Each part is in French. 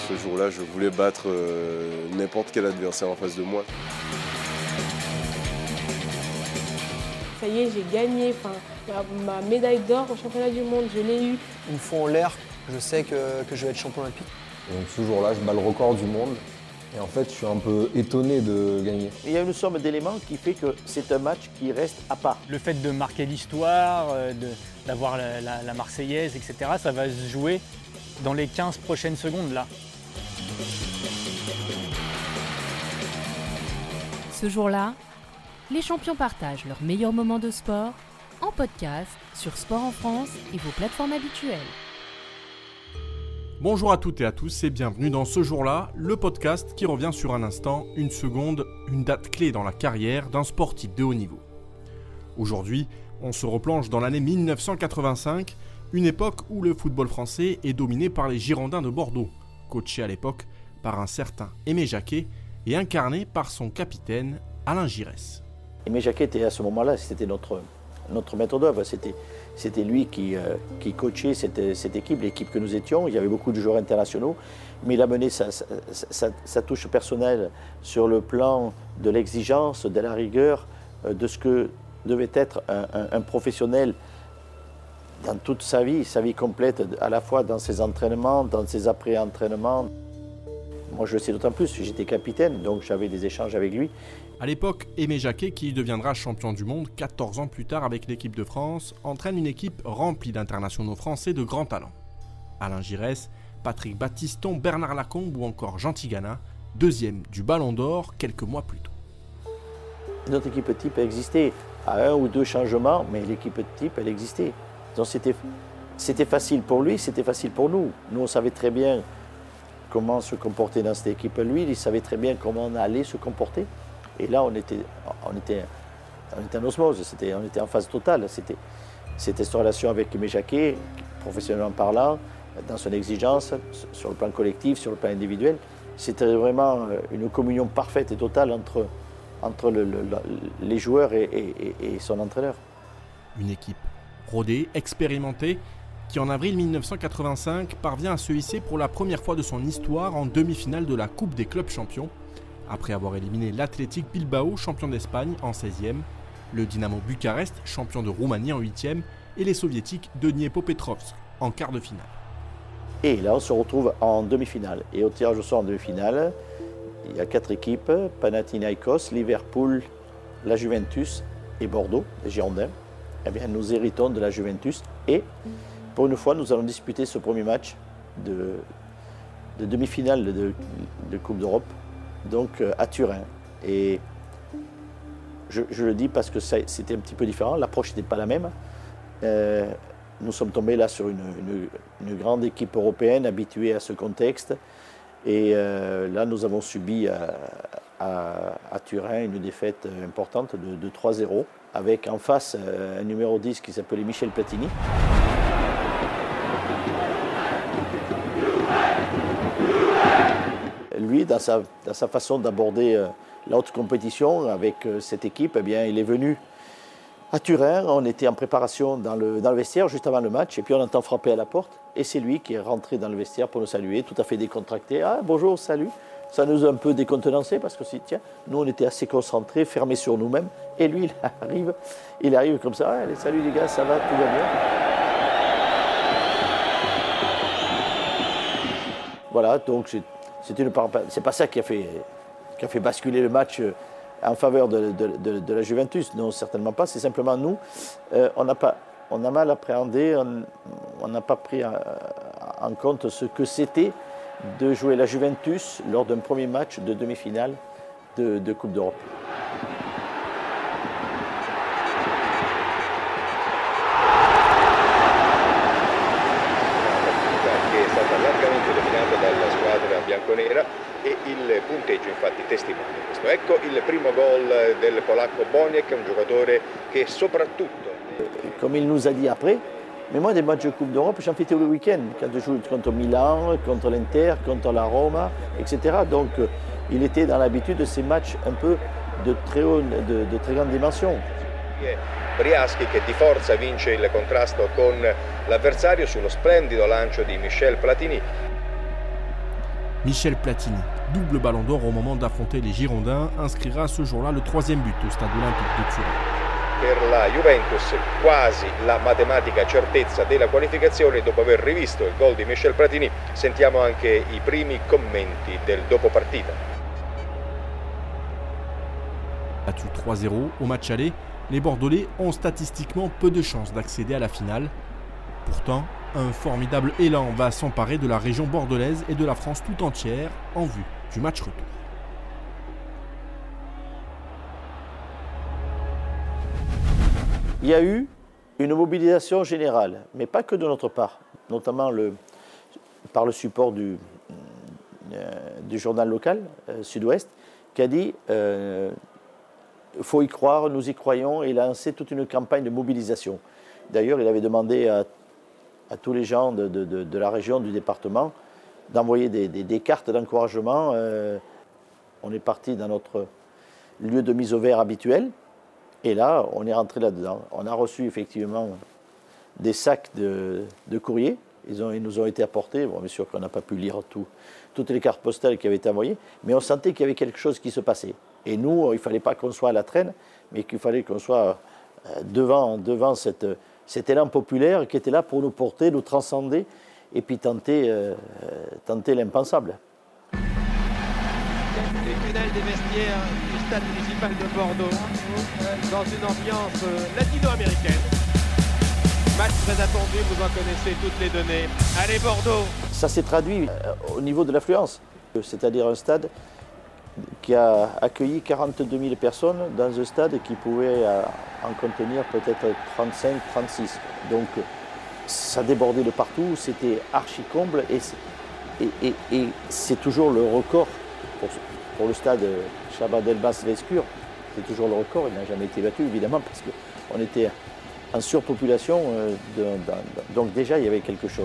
Ce jour-là, je voulais battre n'importe quel adversaire en face de moi. Ça y est, j'ai gagné. Ma médaille d'or au championnat du monde, je l'ai eue. Une fois en l'air, je sais que je vais être champion olympique. Donc ce jour-là, je bats le record du monde. Et en fait, je suis un peu étonné de gagner. Il y a une somme d'éléments qui fait que c'est un match qui reste à part. Le fait de marquer l'histoire, d'avoir la Marseillaise, etc., ça va se jouer dans les 15 prochaines secondes là. Ce jour-là, les champions partagent leurs meilleurs moments de sport en podcast sur Sport en France et vos plateformes habituelles. Bonjour à toutes et à tous et bienvenue dans Ce jour-là, le podcast qui revient sur un instant, une seconde, une date clé dans la carrière d'un sportif de haut niveau. Aujourd'hui, on se replonge dans l'année 1985, une époque où le football français est dominé par les Girondins de Bordeaux, coachés à l'époque par un certain Aimé Jacquet et incarné par son capitaine Alain Giresse. Aimé Jacquet était à ce moment-là, c'était notre maître d'œuvre. C'était lui qui coachait cette équipe, l'équipe que nous étions. Il y avait beaucoup de joueurs internationaux, mais il a mené sa touche personnelle sur le plan de l'exigence, de la rigueur, de ce que devait être un professionnel dans toute sa vie complète, à la fois dans ses entraînements, dans ses après-entraînements. Moi, je le sais d'autant plus, j'étais capitaine, donc j'avais des échanges avec lui. À l'époque, Aimé Jacquet, qui deviendra champion du monde 14 ans plus tard avec l'équipe de France, entraîne une équipe remplie d'internationaux français de grand talent. Alain Giresse, Patrick Battiston, Bernard Lacombe ou encore Jean Tigana, deuxième du Ballon d'Or quelques mois plus tôt. Notre équipe type existait à un ou deux changements, mais l'équipe type, elle existait. Donc c'était facile pour lui, c'était facile pour nous. Nous, on savait très bien comment se comporter dans cette équipe. Lui, il savait très bien comment on allait se comporter. Et là, on était en osmose, on était en phase totale. C'était cette relation avec Aimé Jacquet, professionnellement parlant, dans son exigence, sur le plan collectif, sur le plan individuel. C'était vraiment une communion parfaite et totale entre les joueurs et son entraîneur. Une équipe rodée, expérimentée, qui en avril 1985 parvient à se hisser pour la première fois de son histoire en demi-finale de la Coupe des clubs champions, après avoir éliminé l'Athletic Bilbao, champion d'Espagne, en 16e, le Dynamo Bucarest, champion de Roumanie, en 8e, et les soviétiques de Dniepopetrovsk, en quart de finale. Et là, on se retrouve en demi-finale. Et au tirage au sort en demi-finale, il y a 4 équipes, Panathinaikos, Liverpool, la Juventus et Bordeaux, les Girondins. Eh bien, nous héritons de la Juventus et, pour une fois, nous allons disputer ce premier match de demi-finale de Coupe d'Europe, donc à Turin. Et je le dis parce que c'était un petit peu différent, l'approche n'était pas la même. Nous sommes tombés là sur une grande équipe européenne habituée à ce contexte. Et là, nous avons subi à Turin une défaite importante de 3-0, avec en face un numéro 10 qui s'appelait Michel Platini. Lui, dans sa façon d'aborder la haute compétition avec cette équipe, eh bien, il est venu à Turin. On était en préparation dans le vestiaire juste avant le match, et puis on entend frapper à la porte. Et c'est lui qui est rentré dans le vestiaire pour nous saluer, tout à fait décontracté. « Ah, bonjour, salut !» Ça nous a un peu décontenancé parce que nous on était assez concentrés, fermés sur nous-mêmes. Et lui, il arrive comme ça. « Allez, salut les gars, ça va, tout va bien ?» Voilà, donc c'est pas ça qui a fait basculer le match en faveur de la Juventus. Non, certainement pas. C'est simplement nous, on a mal appréhendé, on n'a pas pris en compte ce que c'était de jouer la Juventus lors d'un premier match de demi-finale de Coupe d'Europe. Bianconera e il punteggio infatti testimonia questo. Ecco il primo gol del polacco Boniek, un giocatore che soprattutto... Comme il nous a dit après, mais moi des matchs de Coupe d'Europe j'en fais tous les week-ends, quand je joue contre Milan, contre l'Inter, contre la Roma, etc. Donc il était dans l'habitude de ces matchs un peu de très grande dimension. Briaschi che di forza vince il contrasto con l'avversario sullo splendido lancio di Michel Platini. Michel Platini, double ballon d'or au moment d'affronter les Girondins, inscrira ce jour-là le 3e but au stade olympique de Turin. Per la Juventus quasi la matematica certezza della qualificazione. Dopo aver rivisto il gol di Michel Platini sentiamo anche i primi commenti del dopo partita. Battu 3-0 au match aller, les Bordelais ont statistiquement peu de chances d'accéder à la finale. Pourtant, un formidable élan va s'emparer de la région bordelaise et de la France tout entière en vue du match retour. Il y a eu une mobilisation générale, mais pas que de notre part, notamment par le support du journal local, Sud-Ouest, qui a dit il faut y croire, nous y croyons, et il a lancé toute une campagne de mobilisation. D'ailleurs, il avait demandé à tous les gens de la région, du département, d'envoyer des cartes d'encouragement. On est parti dans notre lieu de mise au vert habituel, et là, on est rentré là-dedans. On a reçu effectivement des sacs de courrier. Ils nous ont été apportés. Bon, bien sûr qu'on n'a pas pu lire toutes les cartes postales qui avaient été envoyées, mais on sentait qu'il y avait quelque chose qui se passait. Et nous, il ne fallait pas qu'on soit à la traîne, mais qu'il fallait qu'on soit devant cet élan populaire qui était là pour nous porter, nous transcender et puis tenter l'impensable. Les tunnels des vestiaires du stade municipal de Bordeaux dans une ambiance latino-américaine. Match très attendu, vous en connaissez toutes les données. Allez Bordeaux! Ça s'est traduit au niveau de l'affluence, c'est-à-dire un stade qui a accueilli 42 000 personnes dans un stade qui pouvait en contenir peut-être 35, 36. Donc ça débordait de partout, c'était archi comble et c'est toujours le record pour le stade Chabat Delbas Lescure. C'est toujours le record, il n'a jamais été battu évidemment parce qu'on était en surpopulation, donc déjà il y avait quelque chose.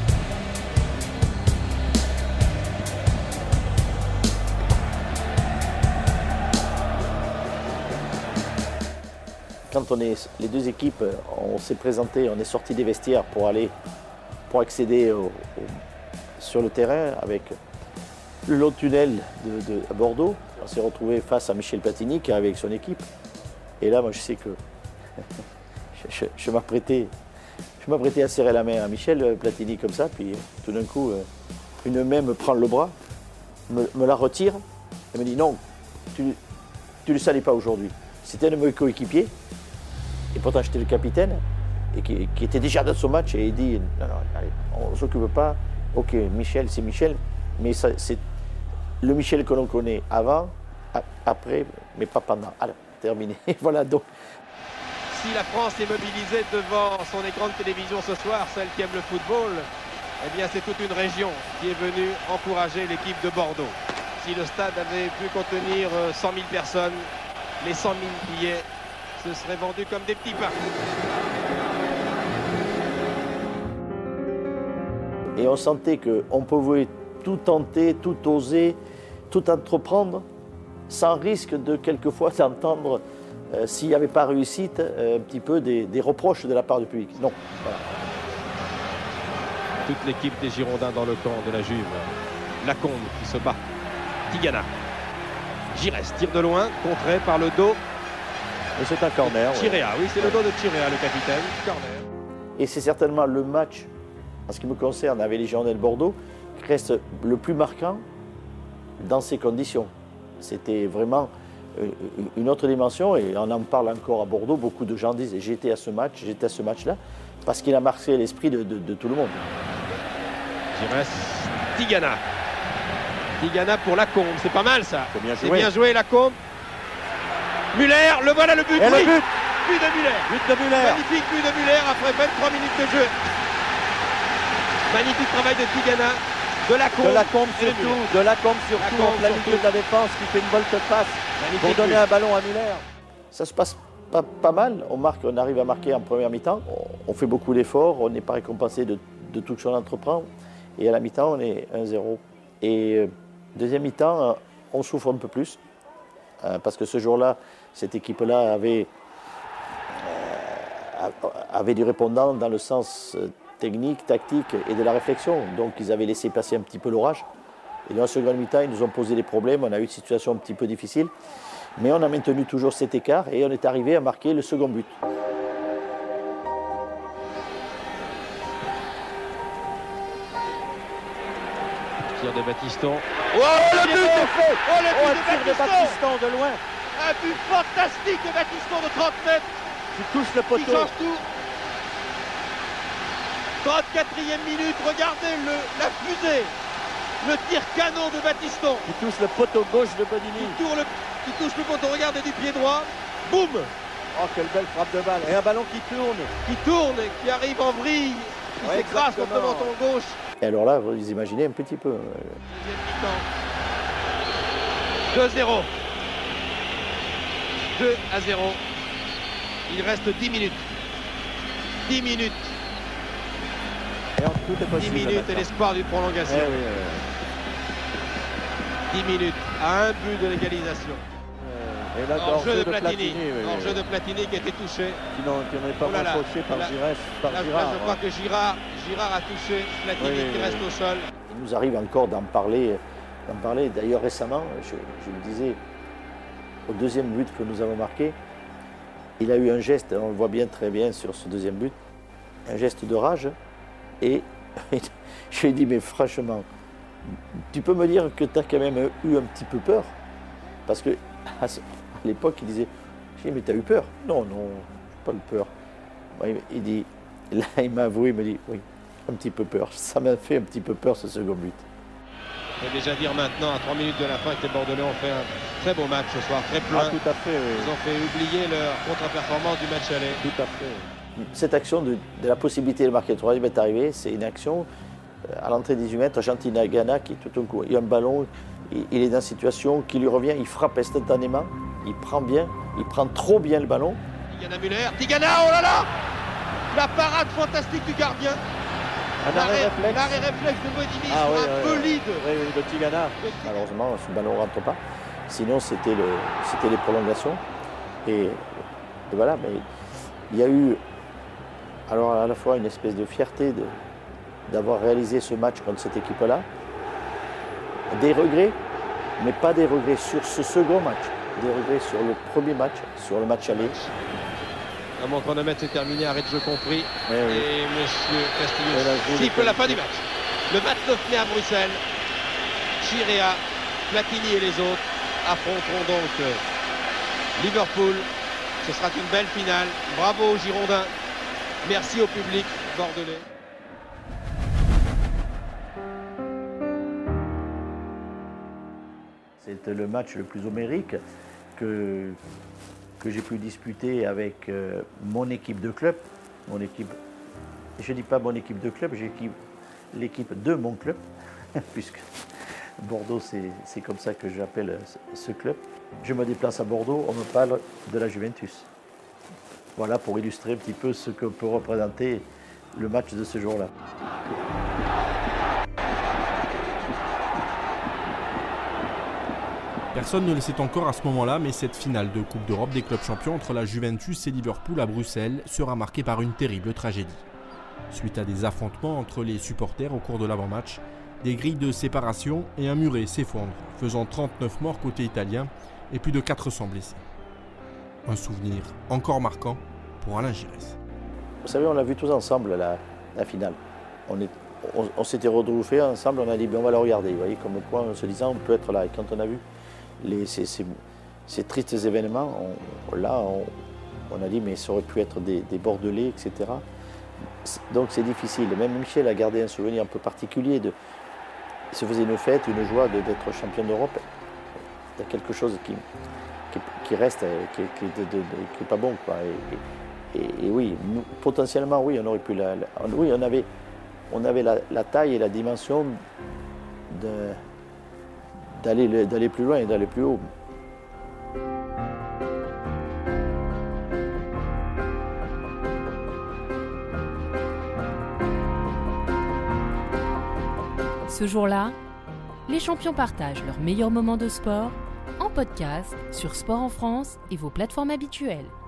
Quand les deux équipes, on s'est présenté, on est sorti des vestiaires pour accéder sur le terrain avec le long tunnel à Bordeaux. On s'est retrouvé face à Michel Platini qui arrivait avec son équipe. Et là, moi, je sais que je m'apprêtais à serrer la main à Michel Platini comme ça. Puis tout d'un coup, une main me prend le bras, me la retire et me dit non, tu ne le salis pas aujourd'hui. C'était un de mes coéquipiers. Et pourtant, j'étais le capitaine, et qui était déjà dans son match, et il dit non, allez, on ne s'occupe pas. Ok, Michel, c'est Michel, mais c'est le Michel que l'on connaît avant, après, mais pas pendant. Alors, terminé. Voilà donc. Si la France est mobilisée devant son écran de télévision ce soir, celle qui aime le football, eh bien, c'est toute une région qui est venue encourager l'équipe de Bordeaux. Si le stade avait pu contenir 100 000 personnes, les 100 000 billets se seraient vendus comme des petits pains. Et on sentait qu'on pouvait tout tenter, tout oser, tout entreprendre, sans risque de quelquefois d'entendre, s'il n'y avait pas réussite, un petit peu des reproches de la part du public. Non. Voilà. Toute l'équipe des Girondins dans le camp de la Juve. Lacombe qui se bat. Tigana. Giresse tire de loin, contré par le dos. Et c'est un corner. Chirea, oui, c'est le dos de Chirea, le capitaine. Corner. Et c'est certainement le match, en ce qui me concerne, avec les Girondins de Bordeaux, qui reste le plus marquant dans ces conditions. C'était vraiment une autre dimension et on en parle encore à Bordeaux. Beaucoup de gens disent j'étais à ce match-là, parce qu'il a marqué l'esprit de tout le monde. Giresse, Tigana. Tigana pour Lacombe, c'est pas mal ça. C'est bien joué Lacombe. Muller, le voilà le but. Et oui. Le but. But de Muller. But de Muller. Magnifique but de Muller après 23 minutes de jeu. Magnifique travail de Tigana. De Lacombe surtout, en plein milieu de la défense, qui fait une volte-face pour donner un ballon à Muller. Ça se passe pas mal, on arrive à marquer en première mi-temps, on fait beaucoup d'efforts, on n'est pas récompensé de tout ce qu'on entreprend, et à la mi-temps on est 1-0. Et deuxième mi-temps, on souffre un peu plus, parce que ce jour-là, cette équipe-là avait du répondant dans le sens technique, tactique et de la réflexion. Donc ils avaient laissé passer un petit peu l'orage. Et dans la seconde mi-temps, ils nous ont posé des problèmes. On a eu une situation un petit peu difficile. Mais on a maintenu toujours cet écart et on est arrivé à marquer le second but. Tir de Battiston. Oh, le but est fait. Oh, le but Un tir de Battiston de loin. Un but fantastique de Battiston de 30 mètres. Qui touche le Qui poteau. change tout. 34e minute, regardez la fusée. Le tir canon de Battiston. Qui touche le poteau gauche de Bonini. Qui touche le poteau, regardez du pied droit. Boum. Oh, quelle belle frappe de balle. Et un ballon qui tourne. Qui tourne, qui arrive en vrille. Qui s'écrase contre le menton gauche. Et alors là, vous imaginez un petit peu. Deuxième mi-temps. 2-0. 2-0. Il reste 10 minutes. 10 minutes. Et tout est possible. 10 minutes et l'espoir d'une prolongation. 10 minutes à un but de l'égalisation. Et là, hors-jeu de Platini. Hors-jeu de Platini qui a été touché. Qui n'est pas mal fauché par Girard. Je crois que Girard a touché Platini qui reste au sol. Il nous arrive encore d'en parler. D'ailleurs récemment, je le disais, au deuxième but que nous avons marqué, il a eu un geste, on le voit très bien sur ce deuxième but, un geste de rage. Et je lui ai dit, mais franchement, tu peux me dire que tu as quand même eu un petit peu peur? Parce que à l'époque, il disait, j'ai dit, mais tu as eu peur? Non, pas eu peur. Il dit, là, il m'a avoué, il me dit, oui, un petit peu peur. Ça m'a fait un petit peu peur ce second but. On peut déjà dire maintenant, à 3 minutes de la fin, que les Bordelais ont fait un très beau match ce soir, très plein. Ah, tout à fait, oui. Ils ont fait oublier leur contre-performance du match aller. Tout à fait. Cette action de la possibilité de marquer le troisième est arrivée, c'est une action à l'entrée 18 mètres, Gentil-Nagana qui tout d'un coup, il y a un ballon, il est dans une situation qui lui revient, il frappe instantanément, il prend trop bien le ballon. Tigana Müller, Tigana, oh là là! La parade fantastique du gardien. L'arrêt réflexe de Bonini sur un peu lead. Oui, de Tigana. Malheureusement, ce ballon ne rentre pas. Sinon, c'était les prolongations. Et voilà, mais il y a eu alors à la fois une espèce de fierté d'avoir réalisé ce match contre cette équipe-là, des regrets, mais pas des regrets sur ce second match, des regrets sur le premier match, sur le match aller. Mon chronomètre s'est terminé, arrêt de jeu compris. Et monsieur Castillo siffle la fin du match. Le 29 mai à Bruxelles, Chirea, Platini et les autres affronteront donc Liverpool. Ce sera une belle finale. Bravo aux Girondins. Merci au public bordelais. C'était le match le plus homérique que j'ai pu disputer avec mon équipe de club. Je ne dis pas mon équipe de club, j'ai l'équipe de mon club, puisque Bordeaux, c'est comme ça que j'appelle ce club. Je me déplace à Bordeaux, on me parle de la Juventus. Voilà pour illustrer un petit peu ce que peut représenter le match de ce jour-là. Personne ne le sait encore à ce moment-là, mais cette finale de Coupe d'Europe des clubs champions entre la Juventus et Liverpool à Bruxelles sera marquée par une terrible tragédie. Suite à des affrontements entre les supporters au cours de l'avant-match, des grilles de séparation et un muret s'effondrent, faisant 39 morts côté italien et plus de 400 blessés. Un souvenir encore marquant pour Alain Giresse. Vous savez, on l'a vu tous ensemble la finale. On s'était retrouvés ensemble, on a dit on va la regarder. Vous voyez, comme quoi en se disant on peut être là. Et quand on a vu ces tristes événements, on a dit mais ça aurait pu être des Bordelais, etc. Donc c'est difficile. Même Michel a gardé un souvenir un peu particulier. Il se faisait une fête, une joie d'être champion d'Europe. Il y a quelque chose qui reste, qui n'est pas bon, quoi. Et oui, potentiellement, oui, on aurait pu on avait la taille et la dimension d'aller plus loin et d'aller plus haut. Ce jour-là, les champions partagent leurs meilleurs moments de sport en podcast sur Sport en France et vos plateformes habituelles.